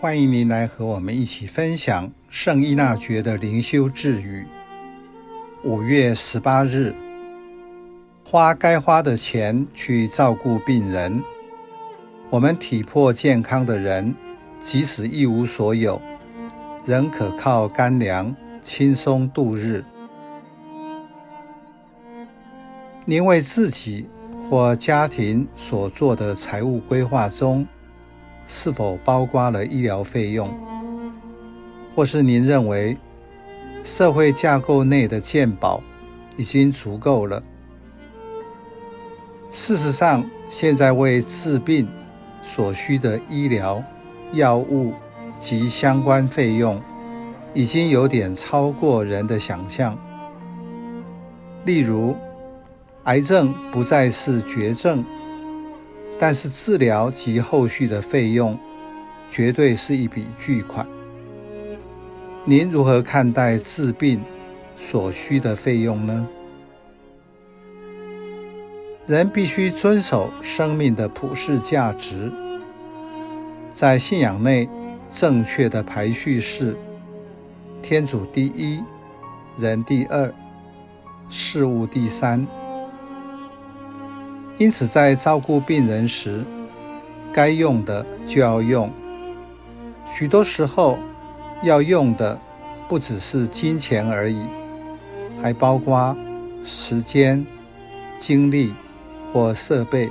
欢迎您来和我们一起分享圣依纳爵的灵修智语。5月18日，花该花的钱去照顾病人。我们体魄健康的人，即使一无所有，仍可靠干粮轻松度日。您为自己或家庭所做的财务规划中，是否包括了医疗费用？或是您认为社会架构内的健保已经足够了？事实上，现在为治病所需的医疗、药物及相关费用，已经有点超过人的想象。例如，癌症不再是绝症，但是治疗及后续的费用绝对是一笔巨款。您如何看待治病所需的费用呢？人必须遵守生命的普世价值。在信仰内，正确的排序是：天主第一，人第二，事物第三。因此，在照顾病人时，该用的就要用。许多时候，要用的不只是金钱而已，还包括时间、精力或设备。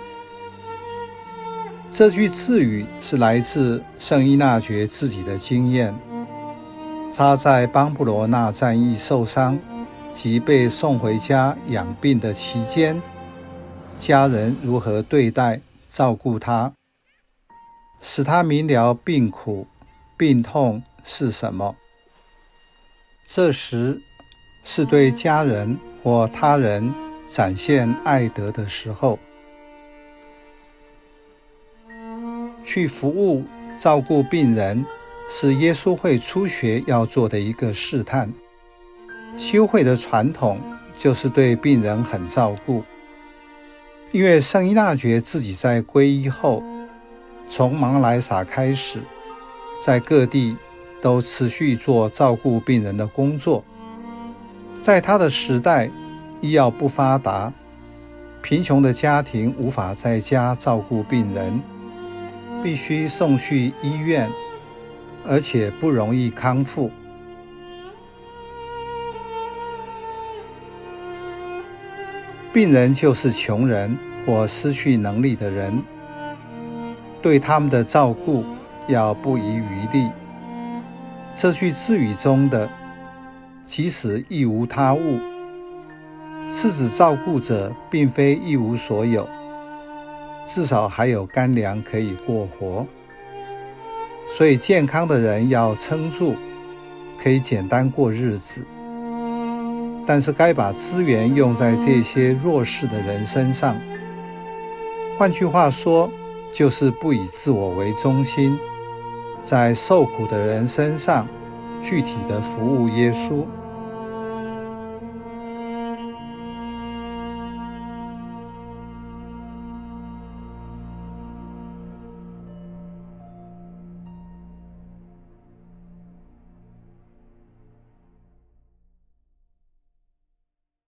这句智语是来自圣依纳爵自己的经验。他在邦布罗纳战役受伤及被送回家养病的期间，家人如何对待、照顾他，使他明了病苦、病痛是什么。这时是对家人或他人展现爱德的时候。去服务、照顾病人，是耶稣会初学要做的一个试探。修会的传统就是对病人很照顾。因为圣依纳爵自己在皈依后，从芒莱撒开始，在各地都持续做照顾病人的工作。在他的时代，医药不发达，贫穷的家庭无法在家照顾病人，必须送去医院，而且不容易康复。病人就是穷人或失去能力的人，对他们的照顾要不遗余力。这句智语中的即使一无他物，是指照顾者并非一无所有，至少还有干粮可以过活。所以健康的人要撑住，可以简单过日子。但是该把资源用在这些弱势的人身上。换句话说，就是不以自我为中心，在受苦的人身上具体的服务耶稣。